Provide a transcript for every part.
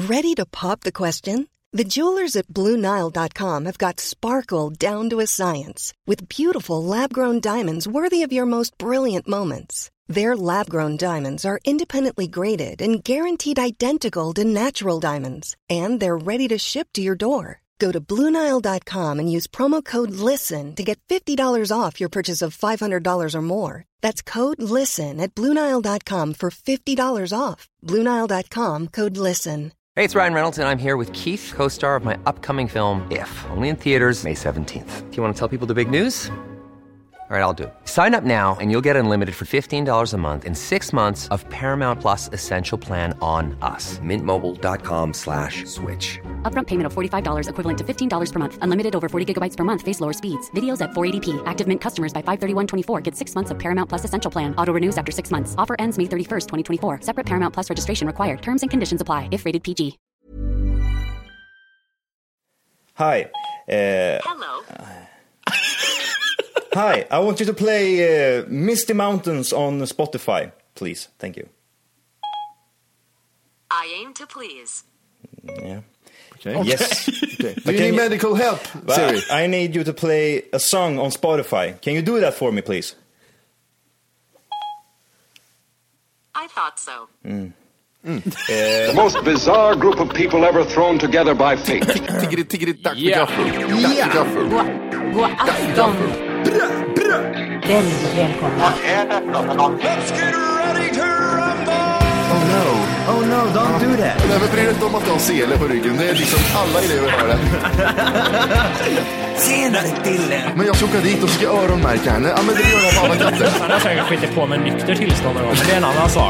Ready to pop the question? The jewelers at BlueNile.com have got sparkle down to a science with beautiful lab-grown diamonds worthy of your most brilliant moments. Their lab-grown diamonds are independently graded and guaranteed identical to natural diamonds, and they're ready to ship to your door. Go to BlueNile.com and use promo code LISTEN to get $50 off your purchase of $500 or more. That's code LISTEN at BlueNile.com for $50 off. BlueNile.com, code LISTEN. Hey, it's Ryan Reynolds, and I'm here with Keith, co-star of my upcoming film, If, only in theaters May 17th. Do you want to tell people the big news? All right, I'll do it. Sign up now and you'll get unlimited for $15 a month and 6 months of Paramount Plus Essential Plan on us. MintMobile.com/switch. Upfront payment of $45 equivalent to $15 per month. Unlimited over 40 gigabytes per month. Face lower speeds. Videos at 480p. Active Mint customers by 531.24 get 6 months of Paramount Plus Essential Plan. Auto renews after 6 months. Offer ends May 31st, 2024. Separate Paramount Plus registration required. Terms and conditions apply if rated PG. Hi. Hello. Hi, I want you to play Misty Mountains on Spotify, please. Thank you. I aim to please. Yeah. Okay. Yes. Okay. Do you need medical help, Siri? I need you to play a song on Spotify. Can you do that for me, please? I thought so. The most bizarre group of people ever thrown together by fate. Tiggeri, tack för gaffel. Tack för gaffel. God afton. Väldigt välkomna. Oh no, don't do that. Nej, men bryr dig inte om att du har sele på ryggen. Det är liksom alla elever har det. Senare till er. Men jag ska åka dit och ska öronmärka henne. Ja, men det gör jag på alla katter. Han har säkert skitit på med nykter tillstånd någon gång, men det är en annan sak.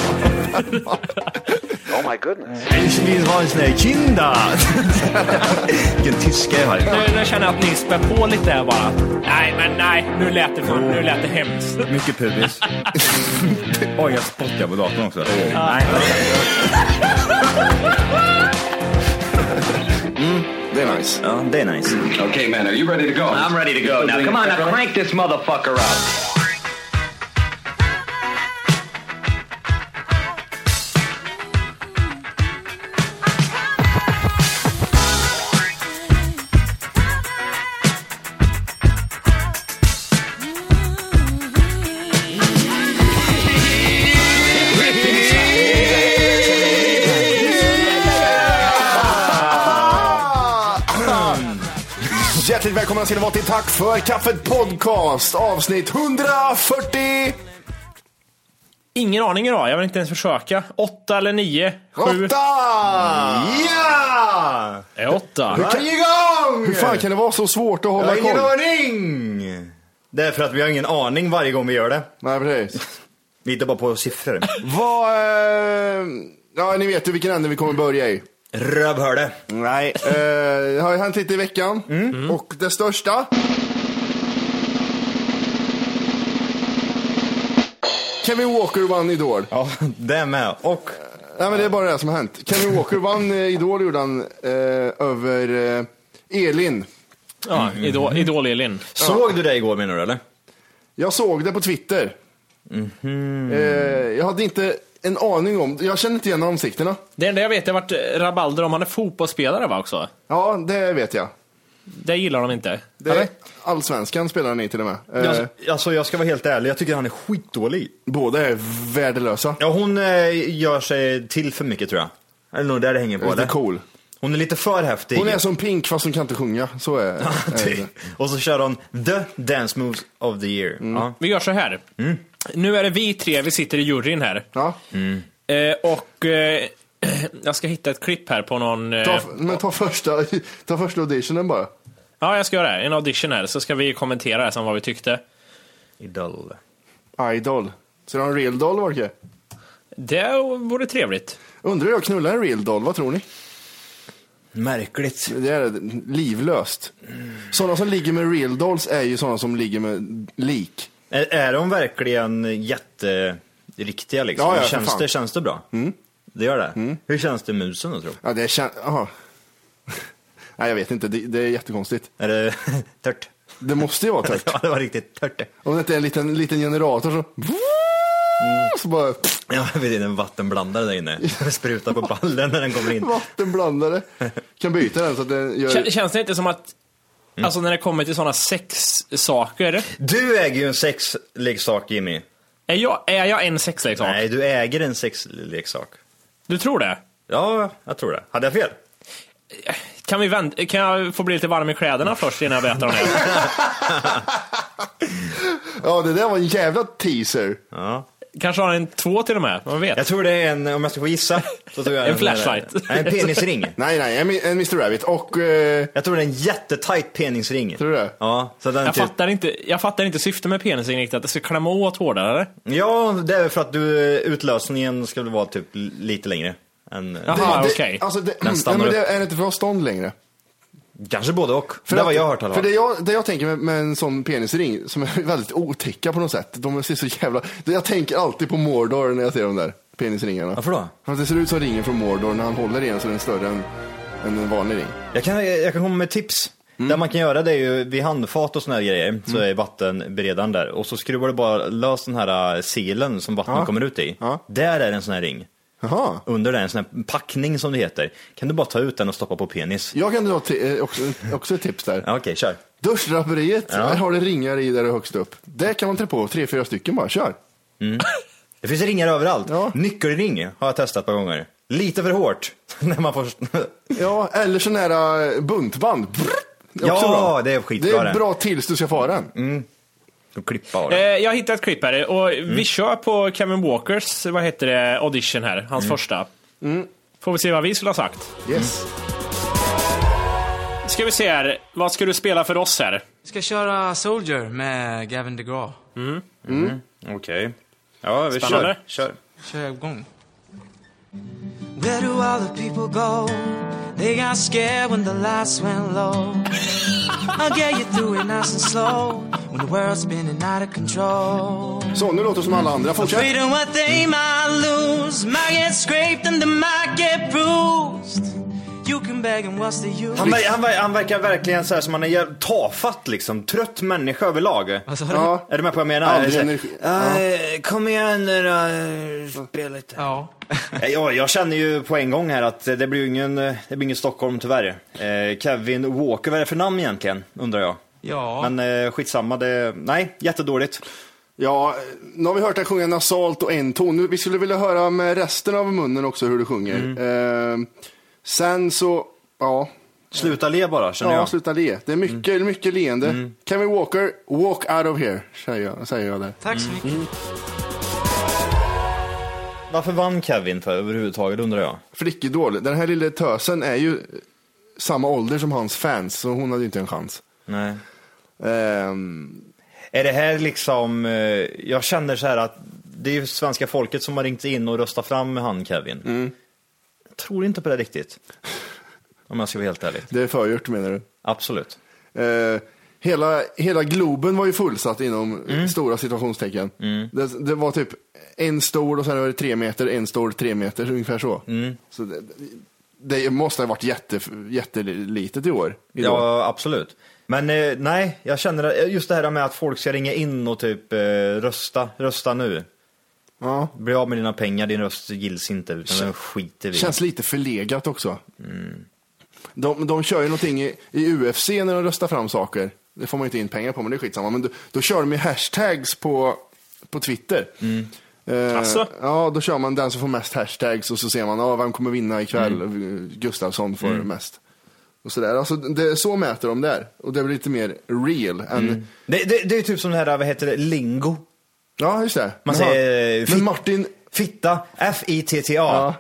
Oh my goodness. Ich vill ha en sån här kinda. Vilken tyska jag har. Nu känner jag att ni spär på lite här bara. Nej, nu lät det hemskt. Mycket pubis. Oj, jag spottar på datorn också. Nej. Det är nice. Ja, det är nice. Okay, man, are you ready to go? I'm ready to go. Now, come on, now crank this motherfucker up. Hjärtligt välkomna ska ni vara till Tack för kaffet podcast avsnitt 140. Ingen aning idag, jag vill inte ens försöka. 8 eller 9, 7. 8! Ja! 8. Varje gång! Hur fan kan det vara så svårt att hålla ingen koll? aning! Det är för att vi har ingen aning varje gång vi gör det. Nej, precis. Vi hittar bara på siffror. Ja, ni vet ju vilken ände vi kommer börja i. Rövhörde. Nej, det har ju hänt lite i veckan. Och det största Kevin Walker vann Idol. Ja, det är med. Och nej, men det är bara det som har hänt. Kevin Walker vann Idol, gjorde han över Elin. Ja, Idol Elin. såg du det igår, menar du, eller? Jag såg det på Twitter. Jag hade inte en aning om. Jag känner inte igen ansiktena. Det enda jag vet är vart rabalder om han är fotbollsspelare, va, också? Ja, det vet jag. Det gillar de inte. Allsvenskan spelar ni till och med. Alltså, jag ska vara helt ärlig. Jag tycker han är skitdålig. Båda är värdelösa. Ja, hon gör sig till för mycket, tror jag. Eller nog där det hänger på. Lite det. cool. Hon är lite för häftig. Hon är som Pink fast hon kan inte sjunga. Så är det. Och så kör hon The Dance Moves of the Year. Ja. Vi gör så här. Nu är det vi tre, vi sitter i juryn här. Ja. Jag ska hitta ett klipp här på någon... Men ta första auditionen bara. Ja, jag ska göra det. En audition här, så ska vi kommentera det som vad vi tyckte. Idol. Så det är en real doll, var det? Det vore trevligt. Undrar jag knullar en real doll, vad tror ni? Märkligt. Det är livlöst. Sådana som ligger med real dolls är ju sådana som ligger med lik. Är de verkligen jätteriktiga liksom? Ja, känns det bra? Det gör det. Hur känns det musen då, tror du? Ja, det känns... Nej, jag vet inte. Det är jättekonstigt. Är det tört? Det måste ju vara tört. Ja, det var riktigt tört. Om det inte är en liten generator så... Så bara... Ja, vi är en vattenblandare där inne. Sprutar på ballen när den kommer in. Vattenblandare. Kan byta den så att den gör... Känns det inte som att alltså när det kommer till sådana sexsaker? Du äger ju en sexleksak, Jimmy. Är jag en sexleksak? Nej, du äger en sexleksak. Du tror det? Ja, jag tror det. Hade jag fel? Kan jag få bli lite varm i kläderna först innan jag berättar om det? Ja, det där var en jävla teaser. Ja. Kanske har en 2 till och med, man vet. Jag tror det är en, om jag ska få gissa så tror jag en flashlight. En penisring. Nej, en Mr. Rabbit. Och jag tror det är en jättetight penisring. Tror du det? Ja, så den jag fattar inte syftet med penisring riktigt, att det ska klämma åt hårdare, eller? Ja, det är för att utlösningen skulle vara typ lite längre än. Jaha, okej. Alltså det är inte för att ha stånd längre. Kanske både och. För det var jag hört alla. För det jag tänker med en sån penisring som är väldigt otäcka på något sätt. De ser så jävla... Jag tänker alltid på Mordor när jag ser de där penisringarna. Varför då? För att det ser ut som ringen från Mordor. När han håller i en så är den större än en vanlig ring. Jag kan komma med tips. Där man kan göra det är ju vid handfat och såna här grejer. Så är vattenberedaren där. Och så skruvar du bara lös den här silen som vattnet kommer ut i. Där är en sån här ring. Aha. Under den, en sån här packning som det heter. Kan du bara ta ut den och stoppa på penis? Jag kan dra också ett tips där. Ja, okej, kör. Duschdraperiet, där har det ringar i där högst upp. Där kan man trä på 3-4 stycken bara, kör. Det finns ringar överallt. Nyckelring har jag testat ett par gånger. Lite för hårt. När man får... Ja, eller sån här buntband. Ja, det är skitbra. Det är bra tills du ska fara den. Klippa av det. Jag har hittat ett klipp här och vi kör på Kevin Walkers, vad heter det, audition här, hans första. Får vi se vad vi skulle ha sagt. Yes. Ska vi se här, vad ska du spela för oss här? Ska köra Soldier med Gavin DeGraw. Okej. Ja, vi Spännande. kör. Kör jag igång. Where do all the people go? They got scared when the lights went low. I'll get you through it nice and slow when the world's spinning out of control. Så, nu låter det som alla andra. Fortsätt. Afraid of what they might lose. Might get scraped and they might get bruised. You can beg and what's the use? Han verkar verkligen så här som man är tafatt liksom. Trött människa överlag. Ja. Är du med på vad jag menar? Kom igen nu då. Spela lite. Ja. Jag känner ju på en gång här att det blir ingen Stockholm tyvärr. Kevin Walker, vad är det för namn egentligen, undrar jag. Ja. Men skitsamma, nej, jättedåligt. Ja, nu har vi hört dig sjunga nasalt och en ton. Vi skulle vilja höra med resten av munnen också hur du sjunger. Sen så, ja. Sluta le bara, känner jag. Ja, sluta le. Det är mycket leende. Kevin Walker, walk out of here, säger jag där. Tack så mycket. Varför vann Kevin för överhuvudtaget, undrar jag? Flickidol. Den här lilla tösen är ju samma ålder som hans fans, så hon hade inte en chans. Nej. Är det här liksom, jag känner så här att det är ju svenska folket som har ringt in och röstat fram med han Kevin. Jag tror inte på det riktigt. Om jag ska vara helt ärlig. Det är förgjort, menar du? Absolut. Hela Globen var ju fullsatt inom stora situationstecken. Det var typ en stol och sen var det 3 meter, en stol 3 meter, ungefär så. Så det måste ha varit jättelitet i år. Ja, absolut. Men nej, jag känner just det här med att folk ska ringa in och typ rösta nu. Ja. Bli av med dina pengar, din röst gills inte, utan den skiter vi. Känns lite förlegat också. De kör ju någonting i UFC när de röstar fram saker. Det får man ju inte in pengar på, men det är skitsamma. Men då kör de ju hashtags på Twitter. Ja, då kör man den som får mest hashtags och så ser man vem kommer vinna ikväll. Gustafsson får mest. Och sådär. Alltså, så mäter de där. Och det blir lite mer real än... Det är typ som det här, vad heter det, lingo. Ja, just det. Man säger men Martin... Fitta, F-I-T-T-A. Ja.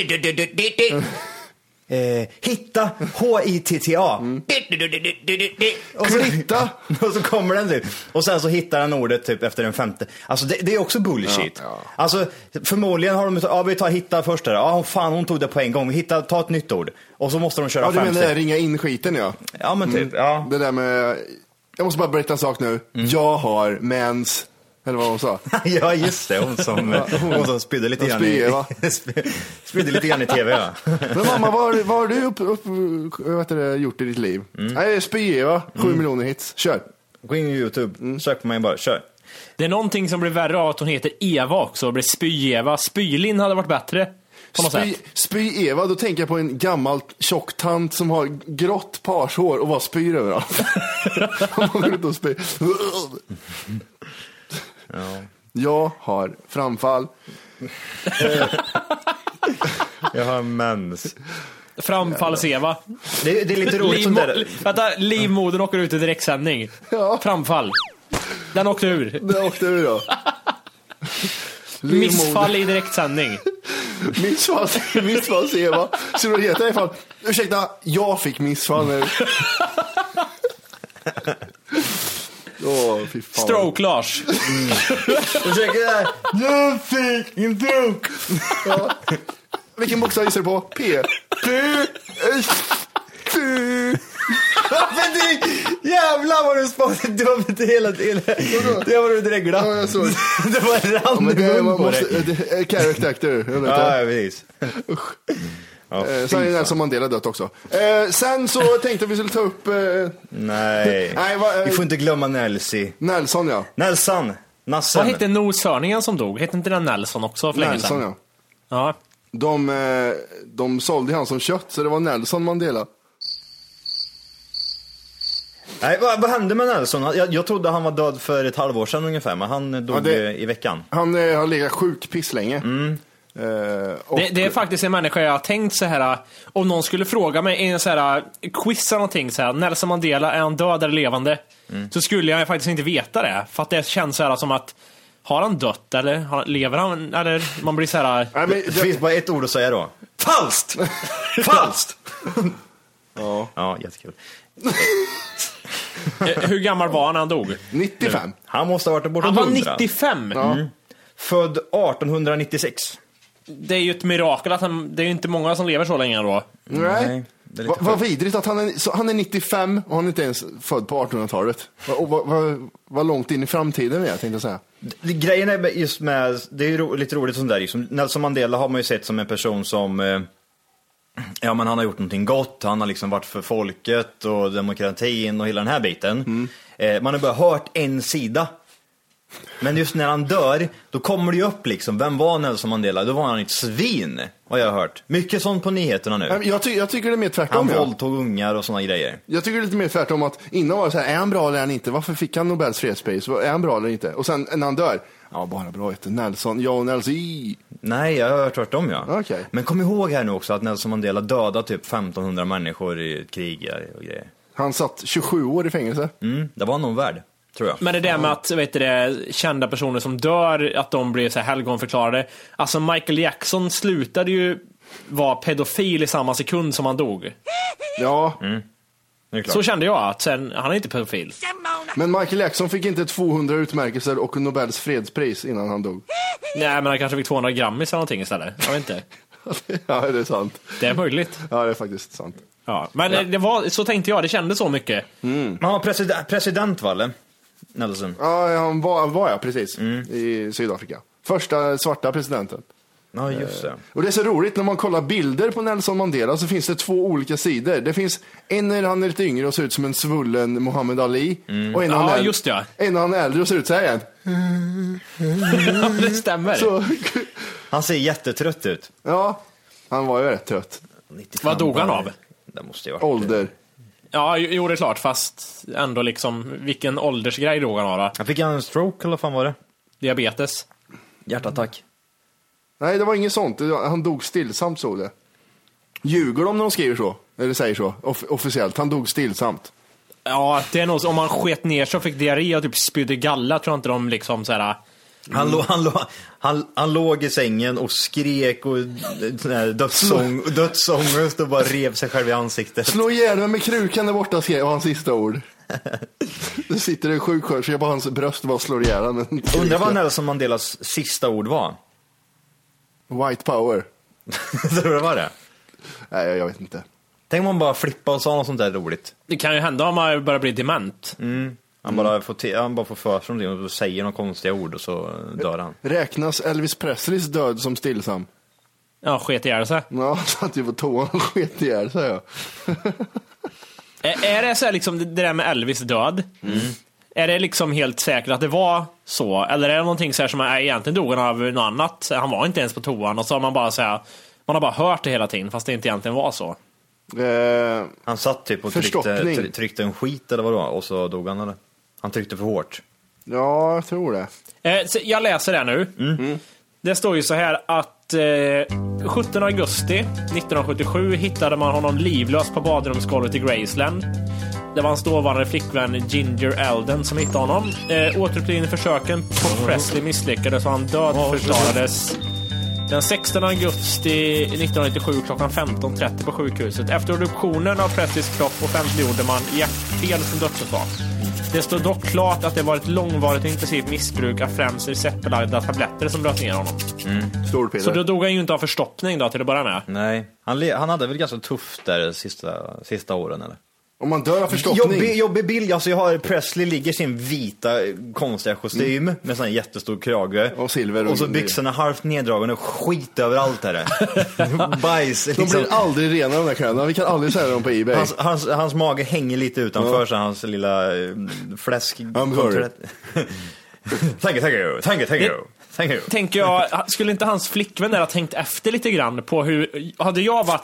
Hitta, H-I-T-T-A. Och så hitta. Och så kommer den typ. Och sen så hittar han ordet typ efter den 5:e. Alltså det är också bullshit. Ja. Alltså förmodligen har vi tar hitta först där. Ja, fan, hon tog det på en gång. Ta ett nytt ord. Och så måste de köra 5. Ja, du menar ringa in skiten, ja. Ja, men typ, ja. Det där med... Jag måste bara berätta en sak nu. Jag har mens... Eller vad hon sa. Ja, just det. Hon som spydde lite grann spydde lite grann i tv, ja. Men mamma, vad har du gjort i ditt liv? Nej, spy, va? 7 miljoner hits. Kör. Gå in i YouTube. Sök på mig bara. Kör. Det är någonting som blir värre av att hon heter Eva också. Det blir Spy-Eva. Spylin hade varit bättre. Spy-Eva, då tänker jag på en gammal tjock tant som har grått parshår och bara spyr överallt. Jag har framfall. Jag har mens. Framfalls-Eva. Det är lite roligt som där. Vänta, livmodern åker ut i direktsändning. Ja. Framfall. Den åkte ur. Då. Missfall i direktsändning. Missfall Eva. Så då heter jag i fall, ursäkta, jag fick missfall nu. Fy fan. Stroke Lars. Ursäkta, jag fick en stroke. Ja. Vilken bokstav gissar du på? P. Jävlar vad du sparade dumt hela tiden. Det var du drägla. Ja, jag såg. Det var random på dig. Character actor, jag vet ja, precis. Sen är det som Mandela dött också. Sen så tänkte jag vi skulle ta upp... Nej, vi får inte glömma Nelson, ja. Nassen. Vad hette noshörningen som dog? Hette inte den Nelson också för länge sedan? Nelson, ja. De sålde han som kött, så det var Nelson Mandela. Nej, vad hände med Nelson? Jag trodde han var död för ett halvår sedan ungefär, men han dog i veckan. Han har legat sjuk piss länge. Det är faktiskt en människa jag har tänkt så här, om någon skulle fråga mig i en så här quiz eller någonting så här, Nelson Mandela, är han död eller levande? Så skulle jag faktiskt inte veta det, för att det känns så här som att har han dött eller lever han, eller man blir så här. Nej, men det finns bara ett ord att säga då. Falskt. Falskt. Ja, jättekul. Hur gammal var han när han dog? 95. Han måste ha varit bortom 100. Han var 95. Född 1896. Det är ju ett mirakel att det är ju inte många som lever så länge då. Nej. Vad vidrigt att han är 95 och han är inte ens född på 1800-talet. Vad långt in i framtiden är jag tänkte säga. Grejen är just med, det är ju lite roligt sånt där liksom. Nelson Mandela har man ju sett som en person som men han har gjort någonting gott. Han har liksom varit för folket och demokratin och hela den här biten. Man har bara hört en sida. Men just när han dör, då kommer det ju upp liksom, vem var Nelson Mandela? Då var han ett svin, vad jag har hört. Mycket sånt på nyheterna nu. Jag tycker det är mer tvärtom. Han våldtog ungar och såna grejer. Jag tycker det är lite mer tvärtom att innan var det så här, är han bra eller är han inte? Varför fick han Nobels fredspris? Är han bra eller inte? Och sen när han dör, bara bra, heter Nelson, Nelson. Nej, jag har hört tvärtom, ja. Okay. Men kom ihåg här nu också att Nelson Mandela dödade typ 1500 människor i ett krig och grejer. Han satt 27 år i fängelse. Det var någon värd. Tror jag. Men det där med att kända personer som dör, att de blir så här helgonförklarade. Alltså Michael Jackson slutade ju vara pedofil i samma sekund som han dog. Ja. Så kände jag att sen, han är inte pedofil. Men Michael Jackson fick inte 200 utmärkelser och Nobels fredspris innan han dog. Nej, men han kanske fick 200 grammis eller någonting istället. Jag vet inte. Ja, det är sant. Det är möjligt. Ja, det är faktiskt sant. Ja, men det var, så tänkte jag, det kändes så mycket. Han var president, Valle. Nelson. Ja, han var precis i Sydafrika. Första svarta presidenten. Ja, just det. Och det är så roligt när man kollar bilder på Nelson Mandela, så finns det två olika sidor. Det finns en när han är lite yngre och ser ut som en svullen Muhammad Ali. Och en när han är äldre och ser ut så här igen. Ja, det stämmer. Så. Han ser jättetrött ut. Ja, han var ju rätt trött. Vad dog han av? Det måste ju varit ålder. Ja, jo, det är klart, fast ändå liksom, vilken åldersgrej dog han av då? Han fick en stroke, eller vad fan var det? Diabetes. Hjärtattack. Nej, det var inget sånt. Han dog stillsamt, så det. Ljuger de när de skriver så? Eller säger så, officiellt. Han dog stillsamt. Ja, det är nog så, om han sket ner så fick diarré och typ spydde galla, tror jag inte de liksom så här. Han låg i sängen och skrek och dödsångest och bara rev sig själv i ansiktet. Slå ihjäl mig med krukan där borta, skrev hans sista ord. Det sitter en sjuksköterska på hans bröst och bara slår ihjäl honom. Undrar vad Nelson Mandelas sista ord var? White power. Tror du det var det? Nej, jag vet inte. Tänk om man bara flippar och sa något sånt där roligt. Det kan ju hända om man börjar bli dement. Han bara får för sig någonting och säger några konstiga ord och så dör han. Räknas Elvis Presleys död som stillsam? Ja, sket ihjäl sig. Ja, satt ju på toan och sket ihjäl sig, ja. Är det så här liksom det där med Elvis död? Är det liksom helt säkert att det var så? Eller är det någonting så här som är egentligen dog han av något annat? Han var inte ens på toan och så har man bara så här, man har bara hört det hela tiden fast det inte egentligen var så. Han satt typ och tryckte en skit eller vad det var och så dog han eller? Han tryckte för hårt. Ja, jag tror det. Så jag läser det nu. Det står ju så här att 17 augusti 1977 hittade man honom livlös på badrumsgolvet i Graceland. Det var hans dåvarande flickvän Ginger Alden som hittade honom. Återupplivningsförsöken på Presley misslyckades och han dödförklarades den 16 augusti 1997 klockan 15.30 på sjukhuset. Efter obduktionen av Presleys kropp offentliggjorde man hjärtfel som dödsorsak. Det står dock klart att det var ett långvarigt och intensivt missbruk av främst receptbelagda tabletter som bröt ner honom. Så då dog han ju inte av förstoppning då till att börja med. Nej, han hade väl ganska tufft där sista åren eller? Om man dör av förstoppning. Jobbig bild, alltså jag har Presley ligger sin vita konstiga kostym med sån här jättestor krage och silver och så byxorna halvt neddragna och skit överallt här. Bajs liksom. De blir aldrig rena de där kläderna, vi kan aldrig sälja dem på eBay. Hans mage hänger lite utanför så hans lilla fläsk. Thank you. Tänker jag, skulle inte hans flickvän där ha tänkt efter lite grann på hur hade jag varit.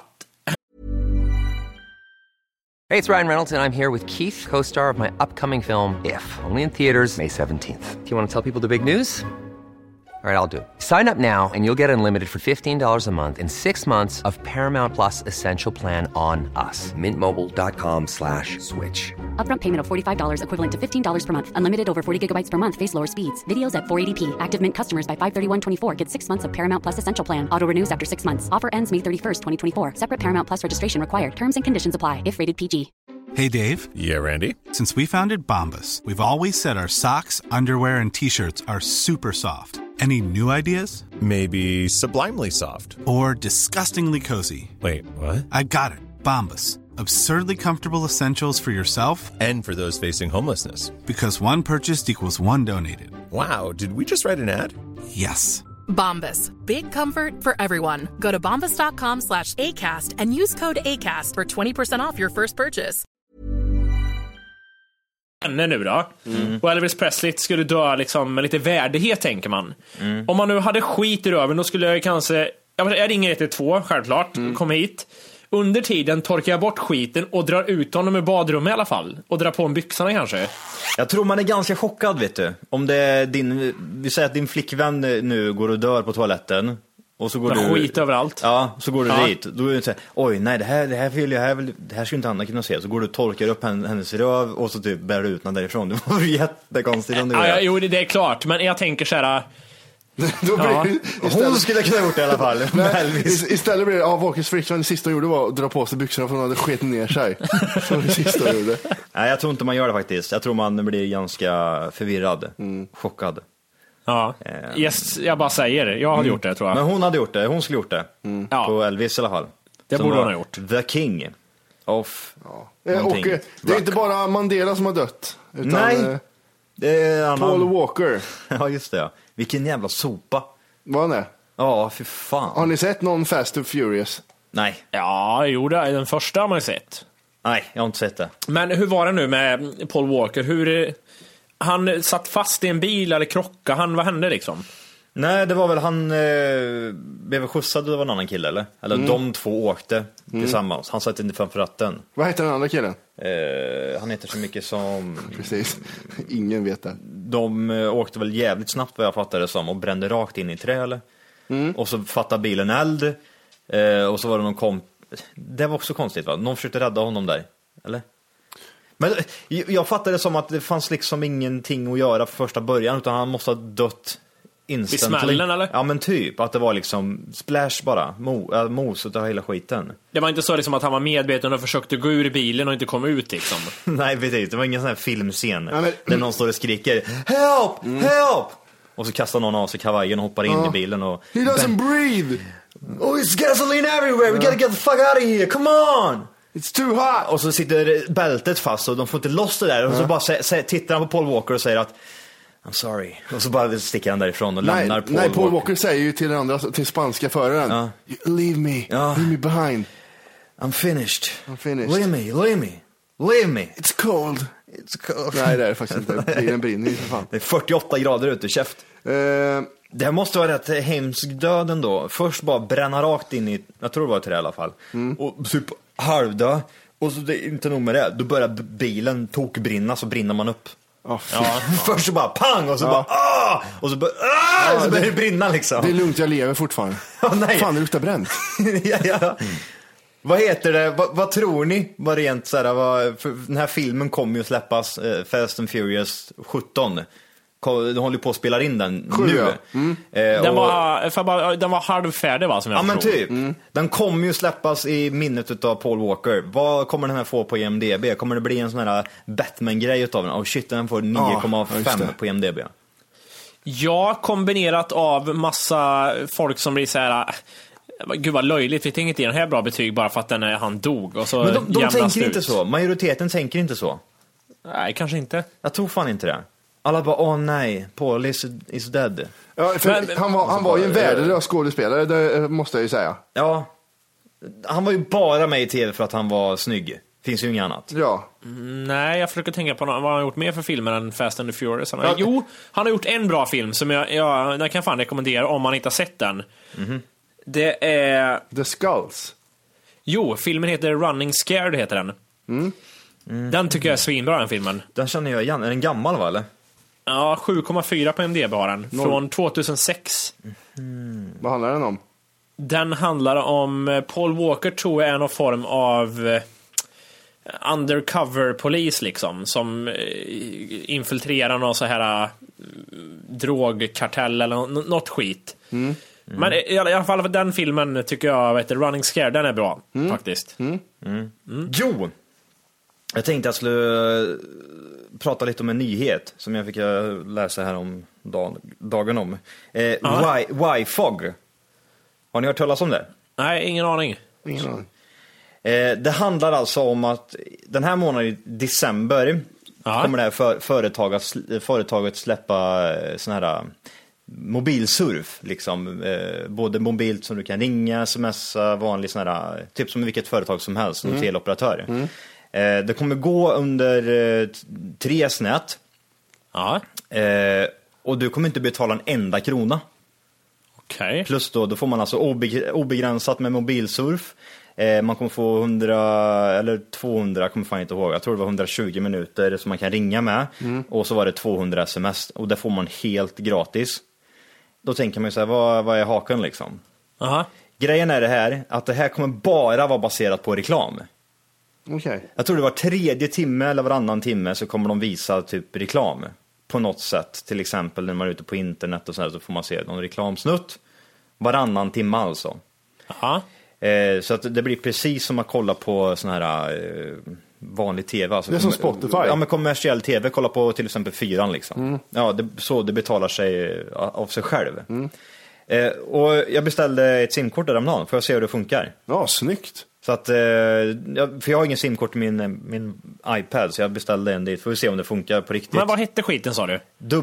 Hey, it's Ryan Reynolds, and I'm here with Keith, co-star of my upcoming film, If, only in theaters May 17th. Do you want to tell people the big news? All right, I'll do it. Sign up now and you'll get unlimited for $15 a month and 6 months of Paramount Plus Essential Plan on us. MintMobile.com/switch. Upfront payment of $45 equivalent to $15 per month. Unlimited over 40 gigabytes per month. Face lower speeds. Videos at 480p. Active Mint customers by 531.24 get 6 months of Paramount Plus Essential Plan. Auto renews after 6 months. Offer ends May 31st, 2024. Separate Paramount Plus registration required. Terms and conditions apply if rated PG. Hey, Dave. Yeah, Randy. Since we founded Bombas, we've always said our socks, underwear, and T-shirts are super soft. Any new ideas? Maybe sublimely soft. Or disgustingly cozy. Wait, what? I got it. Bombas. Absurdly comfortable essentials for yourself and for those facing homelessness. Because one purchased equals one donated. Wow, did we just write an ad? Yes. Bombas. Big comfort for everyone. Go to bombas.com/ACAST and use code ACAST for 20% off your first purchase. Nu då. Och Elvis Presley skulle dö liksom med lite värdighet, tänker man. Om man nu hade skit i röven, då skulle jag kanske jag ringer 112, självklart, kom hit. Under tiden torkar jag bort skiten och drar ut honom ur badrummet i alla fall. Och drar på en byxorna kanske. Jag tror man är ganska chockad, vet du. Om det är vi säger att din flickvän nu går och dör på toaletten. Och så går du skit överallt. Ja, så går du dit. Då är det så här, oj nej, det här skulle inte Anna kunna se. Så går du och torkar upp hennes röv och så typ bär du ut den därifrån. Det var jättekonstigt om du gör. Jo, det är klart, men jag tänker så här. Hon skulle kunna gjort det i alla fall. Istället blir det Walkers flickvän, det sista hon gjorde var att dra på sig byxorna för hon hade sketen ner sig. Så det sista hon gjorde. Nej, jag tror inte man gör det faktiskt. Jag tror man blir ganska förvirrad, chockad. Ja, yes, jag bara säger det. Jag hade gjort det, tror jag. Men hon hade gjort det, hon skulle gjort det. På Elvis i alla fall. Det borde hon ha gjort. The King of och det är inte bara Mandela som har dött, utan nej, det är Paul Walker. Ja, just det, ja. Vilken jävla sopa. Vad är det? Ja, för fan. Har ni sett någon Fast and Furious? Nej. Ja, jo, det är den första har man sett. Nej, jag har inte sett det. Men hur var det nu med Paul Walker? Han satt fast i en bil eller krockade? Vad hände liksom? Nej, det var väl han blev skjutsad, det var en annan kille eller? Eller de två åkte tillsammans. Han satt inte framför ratten. Vad heter den andra killen? Han heter så mycket som... Precis, ingen vet det. De åkte väl jävligt snabbt vad jag fattade det som och brände rakt in i trä eller? Och så fattade bilen eld. Och så var det någon det var också konstigt, va? Någon försökte rädda honom där, eller? Men jag fattade det som att det fanns liksom ingenting att göra för första början, utan han måste ha dött instantly. I smällen, eller? Ja, men typ, att det var liksom splash bara, mos utav hela skiten. Det var inte så liksom att han var medveten och försökte gå ur bilen och inte kom ut liksom. Nej, precis, det var ingen sån här filmscen där någon står och skriker help, help! Och så kastar någon av sig kavajen och hoppar in i bilen och... He doesn't breathe! Oh, it's gasoline everywhere, we gotta get the fuck out of here, come on! It's too hot! Och så sitter bältet fast och de får inte loss det där. Och så bara tittar han på Paul Walker och säger att I'm sorry. Och så bara sticker han därifrån och lämnar Paul Walker. Nej, Paul Walker säger ju till den andra, till spanska föraren, leave me behind. I'm finished. Leave me. It's cold. Nej, det är det faktiskt inte. Den brinner ju för fan. Det är 48 grader ute, käft. Det här måste vara rätt hemsk döden då. Först bara bränna rakt in i, jag tror det var till det i alla fall. Och typ halvdö. Och så det är inte nog med det. Då börjar bilen tokbrinna, så brinner man upp. Först så bara pang och så bara och så bara så börjar det brinna liksom. Det är lugnt, jag lever fortfarande. Nej. Fan, det luktar bränt. ja. Vad heter det? Vad tror ni? Var rent så här, för den här filmen kommer ju släppas, Fast and Furious 17. De håller på att spela in den nu. Den var halvfärdig, va, som jag men typ. Den kommer ju släppas i minnet av Paul Walker. Vad kommer den här få på IMDb? Kommer det bli en sån här Batman-grej utav den? Shit, den får 9,5 på IMDb. Ja, kombinerat av massa folk som blir så här... Gud vad löjligt, vi tänker inte ge den här bra betyg bara för att han dog. Och så men de tänker inte så. Majoriteten tänker inte så. Nej, kanske inte. Jag tror fan inte det. Alla bara, nej, Paul is dead. Ja, han var ju en värdelös skådespelare, det måste jag ju säga. Ja, han var ju bara med i tv för att han var snygg. Finns ju inget annat. Ja. Nej, jag försöker tänka på vad han har gjort mer för filmer än Fast and the Furious. Jo, han har gjort en bra film som jag kan jag fan rekommendera om man inte har sett den. Det är... The Skulls. Jo, filmen heter Running Scared, heter den. Den tycker jag är svinbra, den filmen. Den känner jag igen. Är den gammal, va, eller? Ja, 7,4 på MDB har den. Från 2006. Vad handlar den om? Den handlar om Paul Walker, tror jag är någon form av undercover-polis liksom, som infiltrerar någon så här drogkartell eller något skit. Men i alla fall den filmen tycker jag, Running Scared, den är bra faktiskt. Jo, jag tänkte jag skulle prata lite om en nyhet som jag fick läsa här om dagen om. YFOG. Har ni hört talas om det? Nej, ingen aning. Det handlar alltså om att den här månaden i december kommer det här företaget släppa sån här mobilsurf liksom, både mobilt som du kan ringa, smsa, vanlig sån här, typ som vilket företag som helst, en teleoperatör. Det kommer gå under 3 nät. Och du kommer inte betala en enda krona. Okay. Plus då får man alltså obegränsat med mobilsurf. Man kommer få 100 eller 200, jag kommer fan inte ihåg. Jag tror det var 120 minuter som man kan ringa med. Och så var det 200 sms. Och det får man helt gratis. Då tänker man ju så här, vad är haken liksom? Grejen är det här, att det här kommer bara vara baserat på reklam. Jag tror det var 3:e timme eller varannan timme så kommer de visa typ reklam på något sätt. Till exempel när man är ute på internet och så här, så får man se någon reklamsnutt varannan timme alltså. Så att det blir precis som att kolla på sån här vanlig tv. Alltså, det är som Spotify. Ja, men kommersiell tv, kolla på till exempel 4 liksom. Ja, så det betalar sig av sig själv. Och jag beställde ett simkort häromdagen för att se hur det funkar. Ja, snyggt. Så att, för jag har ingen simkort i min iPad, så jag beställde en dit för att se om det funkar på riktigt. Men vad hette skiten, sa du?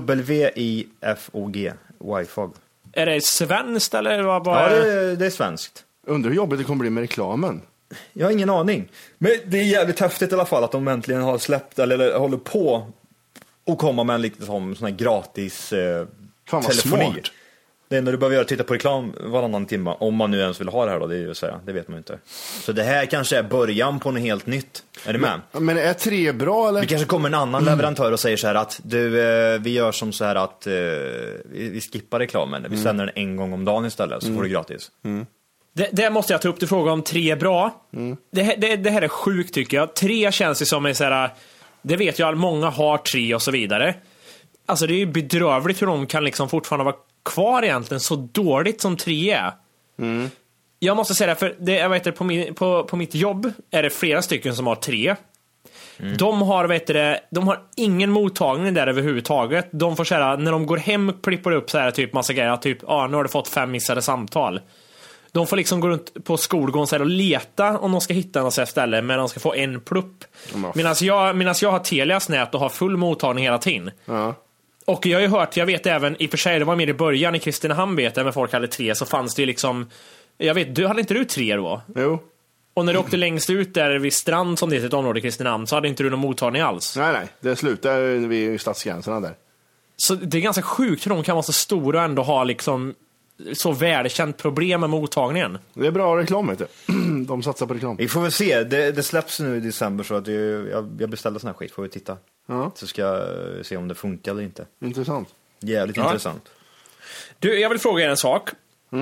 WIFOG, YFOG. Är det svenskt eller vad? Ja, det är svenskt. Undrar hur jobbigt det kommer bli med reklamen. Jag har ingen aning. Men det är jävligt häftigt i alla fall att de äntligen har släppt eller håller på och komma med en lite sån här gratis telefoni. Smart. Det enda du behöver göra är att titta på reklam varannan timme. Om man nu ens vill ha det här då, det är ju så här, det vet man inte. Så det här kanske är början på något helt nytt. Är du med? Men är 3 bra eller? Det kanske kommer en annan leverantör och säger så här att du, vi gör som så här att vi skippar reklamen. Vi sänder den en gång om dagen istället, så får du gratis. Det måste jag ta upp till fråga om 3 bra. Det här är sjukt tycker jag. 3 känns ju som en så här, det vet jag, många har 3 och så vidare. Alltså det är ju bedrövligt hur de kan liksom fortfarande vara kvar egentligen så dåligt som 3 är. Jag måste säga det, för det, jag vet, på mitt jobb är det flera stycken som har 3. De har, de har ingen mottagning där överhuvudtaget. De får säga när de går hem klippar upp så här typ massa grejer, typ nu har du fått 5 missade samtal. De får liksom gå runt på skolgården så här och leta om de ska hitta något ställe, men de ska få en plupp. Medan jag har Telias nät och har full mottagning hela tiden. Och jag har ju hört, jag vet även, i och för sig det var mer i början i Kristinehamn vet jag, men folk hade 3, så fanns det ju liksom, jag vet, hade inte du 3 då? Jo. Och när du åkte längst ut där vid strand som det heter ett område i Kristinehamn så hade inte du någon mottagning alls. Nej, det slutar vid stadsgränserna där. Så det är ganska sjukt hur de kan vara så stora och ändå ha liksom så välkänt problem med mottagningen. Det är bra reklam, vet du. De satsar på reklam. Vi får väl se, det släpps nu i december så att jag beställer sån här skit, får vi titta. Så ska jag se om det funkar eller inte. Intressant. Jävligt intressant. Du, jag vill fråga er en sak.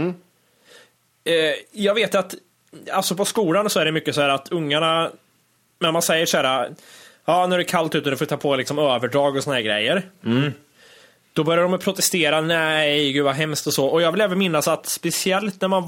Jag vet att alltså på skolan så är det mycket så här att ungarna, när man säger så här, ja, när det är kallt ute och du får ta på liksom överdrag och såna här grejer. Då börjar de protestera, nej gud vad hemskt och så. Och jag vill även minnas att speciellt när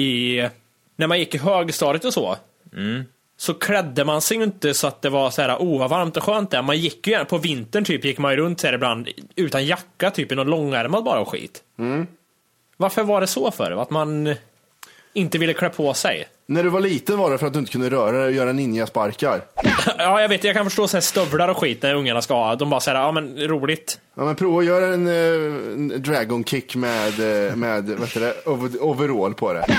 man gick i högstadiet och så, så klädde man sig ju inte så att det var så här vad varmt och skönt där. Man gick ju på vintern typ, gick man ju runt så här ibland utan jacka typ i någon långärmad bara och skit. Varför var det så för? Att man inte ville klä på sig? När du var liten var det för att du inte kunde röra dig och göra ninja-sparkar. Ja, jag vet, jag kan förstå så här stövlar och skit när ungarna ska ha. De bara säger, ja men roligt. Ja, men prova att göra en dragon kick med vet du det, overall på det.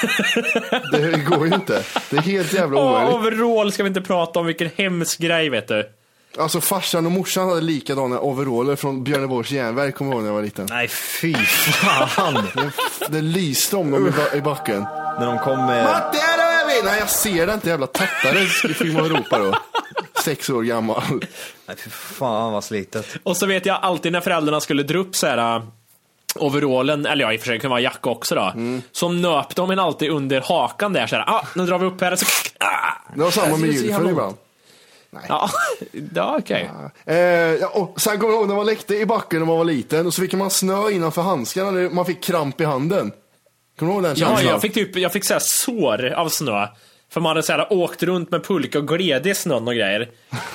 Det går ju inte. Det är helt jävla omöjligt. Overall ska vi inte prata om, vilken hemsk grej, vet du. Alltså farsan och morsan hade likadana overaller från Björneborgs järnverk, kommer jag ihåg när jag var liten. Nej, fy fan. Det lyste om dem i backen. När de kom med... Matti, är det? Nej, jag ser det inte, jävla tattare. Skulle man ropa då. 6 år gammal. Nej, fy fan vad slitet. Och så vet jag alltid när föräldrarna skulle dra upp så här overallen, eller ja, i och för sig kan vara jacka också då. Så nöp de en alltid under hakan där så här, nu drar vi upp här så... Det var samma med julfrön ibland. Nej. Ja, okej. Och sen kommer jag ihåg när man lekte i backen när man var liten och så fick man snö innanför handskarna när man fick kramp i handen. Kommer du ihåg den känslan? Ja, jag fick så här sår av snö. För man hade så här åkt runt med pulka och gled i snön och grejer.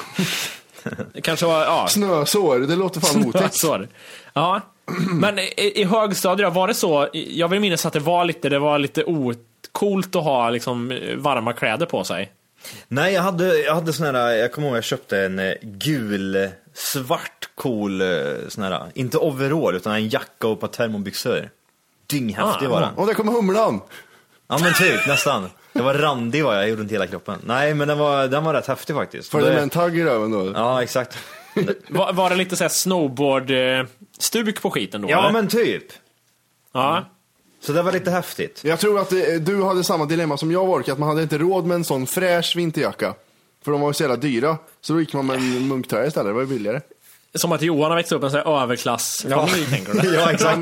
Det kanske var, ja. Snösår, det låter fan otäckt. Snösår. Ja. Men i högstadiet var det så, jag vill minnas att det var lite ocoolt att ha liksom varma kläder på sig. Nej, jag hade sån här, jag kommer ihåg jag köpte en gul svart cool sån här, inte overall utan en jacka och ett par termobyxor. Dynghäftig var den. Och det kommer humlan. Ja men typ, nästan. Det var randig var jag gjorde runt hela kroppen. Nej, men den var rätt häftig faktiskt. För det med en tagg i röven då? Ja, exakt. Var det lite så här snowboard-stuk på skiten då? Ja, eller? men typ. Ja. Så det var lite häftigt. Jag tror att du hade samma dilemma som jag var, att man hade inte råd med en sån fräsch vinterjacka. För de var ju så jävla dyra. Så då gick man med en munktröja istället, det var ju billigare. Som att Johan har växt upp en sån här överklassfamilj, tänker du? Ja, exakt.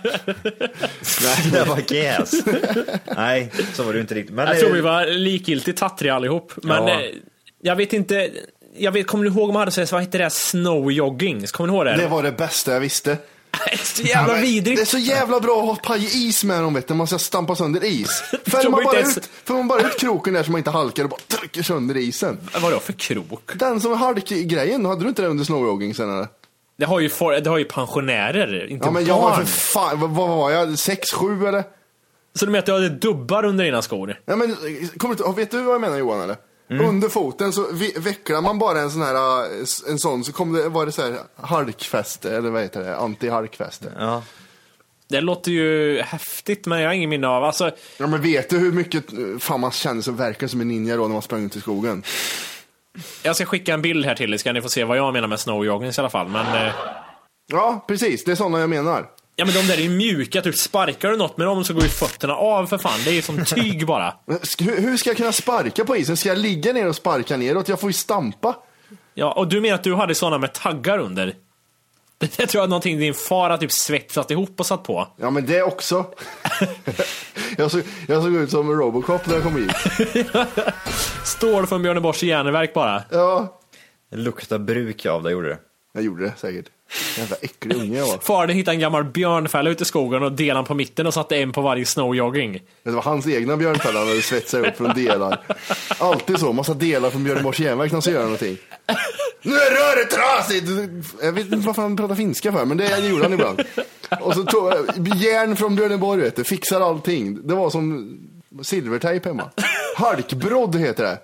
Nej, det var gas. Nej, så var det inte riktigt. Men jag tror vi var likgiltigt tattriga allihop. Men jag vet inte... kommer du ihåg om man hade så vad heter det? Snowjogging. Kommer du ihåg det? Det var det bästa jag visste. Det är så jävla vidrigt. Det är så jävla bra att ha paj-is med dem, vet du. Man ska stampa sönder is. För man bara ut kroken där så man inte halkar och bara trycker sönder isen. Vad då för krok? Den som är halkgrejen, hade du inte det under snowjogging sen eller? Det har ju pensionärer, inte ja, men barn. Jag var för fan, vad var jag? 6-7 eller? Så du menar att du hade dubbar under dina skor? Ja, men vet du vad jag menar, Johan, eller? Under foten så vecklar man bara en sån här, en sån, så var det så här halkfäste, eller vad heter det, anti-halkfäste. Ja. Det låter ju häftigt, men jag har ingen minne av. Alltså... Ja, men vet du hur mycket fan man känner sig verkar som en ninja då när man sprang ut i skogen? Jag ska skicka en bild här till er, ska ni få se vad jag menar med snowjogging i alla fall. Men, ja, precis, det är sådana jag menar. Ja, men de där är ju mjuka, typ sparkar du något med dem så går ju fötterna av för fan. Det är ju som tyg bara. Hur ska jag kunna sparka på isen? Ska jag ligga ner och sparka neråt? Jag får ju stampa. Ja, och du menar att du hade sådana med taggar under? Det tror jag är någonting din far har typ svetsat ihop och satt på. Ja, men det också. jag såg ut som en Robocop när jag kom hit. Stål från Björneborgs järnverk bara. Ja. Det luktar bruk av det, gjorde det. Jag gjorde det säkert. Jävla äcklig unge jag var. Far hittade en gammal björnfälla ute i skogen och delade på mitten och satte en på varje snowjogging. Det var hans egna björnfälla när det svetsade upp från delar. Alltid så, massa delar från Björneborgs järnverk när han ska göra någonting. Nu är röret trasigt! Jag vet inte varför han pratar finska för, men det gjorde han ibland. Och så tog järn från Björneborg, vet du, fixar allting. Det var som silvertejp hemma. Halkbrodd heter det.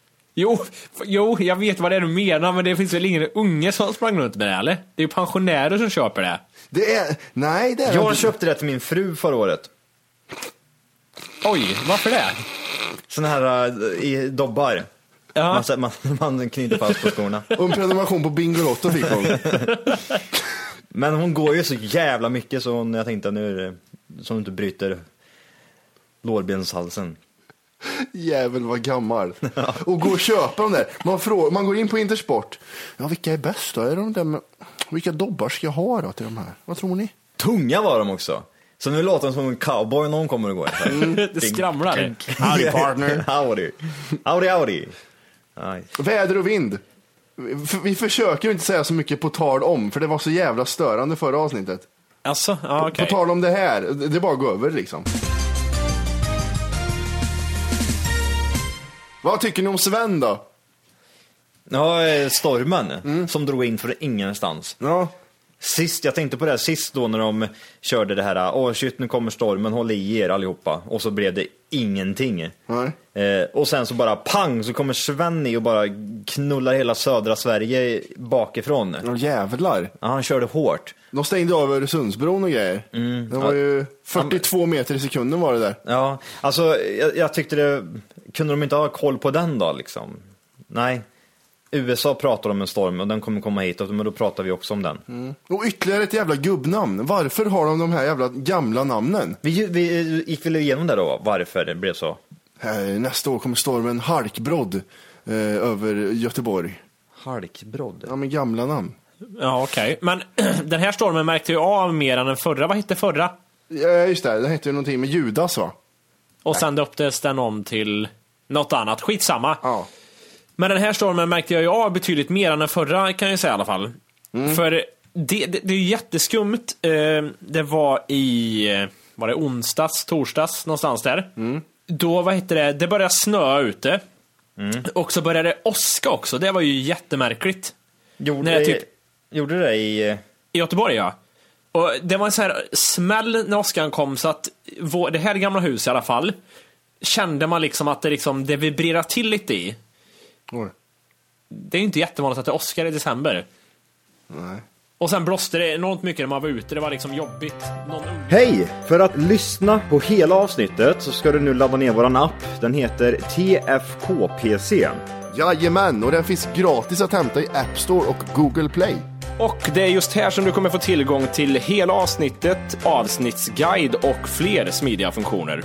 Jo, jag vet vad det är du menar, men det finns väl ingen unge som sprang runt med det, eller? Det är ju pensionärer som köper det. Nej, det är jag köpte det till min fru förra året. Oj, varför det? Såna här i dobbar. Ja. Man knyter fast på skorna. Och en prenumeration på Bingolotto fick hon. Men hon går ju så jävla mycket så jag tänkte nu är det så hon inte bryter lårbenshalsen. Jävel vad gammal. Och gå och köpa dem där. Man går in på Intersport. Ja, vilka är bäst då? Är de där med... Vilka dobbar ska jag ha då till de här? Vad tror ni? Tunga var de också. Så nu låter de som en cowboy när hon kommer och går. Det skramlar. Howdy partner. Howdy. Väder och vind. Vi försöker inte säga så mycket på tal om, för det var så jävla störande förra avsnittet. Alltså, ja, okej. På tal om det här, det är bara att gå över liksom. Vad tycker ni om Sven då? Ja, stormen som drog in för ingenstans. Ja. Sist, jag tänkte på det här sist då när de körde det här, shit nu kommer stormen, håll i er allihopa. Och så blev det ingenting. Och sen så bara pang så kommer Sven och bara knullar hela södra Sverige bakifrån. Jävlar. Ja, han körde hårt. De stängde av Öresundsbron och grejer. Det var ju 42 meter i sekunden var det där. Ja, alltså jag tyckte det, kunde de inte ha koll på den då liksom? Nej. USA pratar om en storm och den kommer komma hit, men då pratar vi också om den. Och ytterligare ett jävla gubbnamn. Varför har de här jävla gamla namnen? Vi gick väl igenom det då, varför det blev så. Nästa år kommer stormen Halkbrodd över Göteborg. Halkbrodd? Ja, men gamla namn. Ja, okej. Men den här stormen märkte ju av mer än den förra. Vad hette förra? Ja, just det. Det hette ju någonting med Judas, va? Och sen döptes den om till något annat. Skitsamma. Ja. Men den här stormen märkte jag ju av betydligt mer än den förra, kan jag säga i alla fall. För det är ju jätteskumt. Det var det onsdags, torsdags, någonstans där. Då, det började snöa ute. Och så började det åska också. Det var ju jättemärkligt. Gjorde det i Göteborg, ja. Och det var en sån här smäll när åskan kom, så att det här gamla huset i alla fall kände man liksom att det vibrerar till lite i. Det är ju inte jättevanligt att det åskar i december. Nej. Och sen blåste det enormt mycket när man var ute. Det var liksom jobbigt. Hej! För att lyssna på hela avsnittet så ska du nu ladda ner våran app. Den heter TFKPC. Jajamän, och den finns gratis att hämta i App Store och Google Play. Och det är just här som du kommer få tillgång till hela avsnittet, avsnittsguide och fler smidiga funktioner.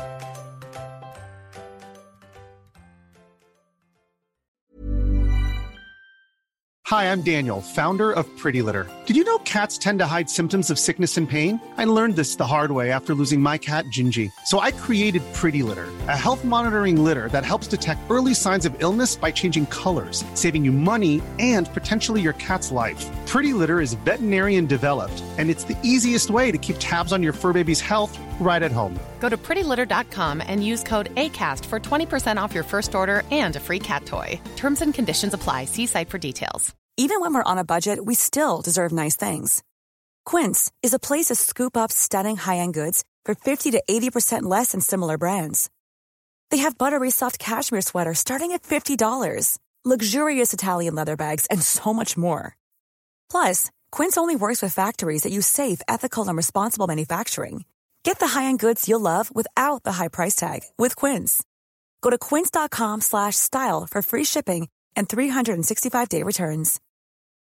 Hi, I'm Daniel, founder of Pretty Litter. Did you know cats tend to hide symptoms of sickness and pain? I learned this the hard way after losing my cat, Gingy. So I created Pretty Litter, a health monitoring litter that helps detect early signs of illness by changing colors, saving you money and potentially your cat's life. Pretty Litter is veterinarian developed, and it's the easiest way to keep tabs on your fur baby's health right at home. Go to prettylitter.com and use code ACAST for 20% off your first order and a free cat toy. Terms and conditions apply. See site for details. Even when we're on a budget, we still deserve nice things. Quince is a place to scoop up stunning high-end goods for 50 to 80% less than similar brands. They have buttery soft cashmere sweaters starting at $50, luxurious Italian leather bags, and so much more. Plus, Quince only works with factories that use safe, ethical, and responsible manufacturing. Get the high-end goods you'll love without the high price tag with Quince. Go to quince.com/style for free shipping and 365-day returns.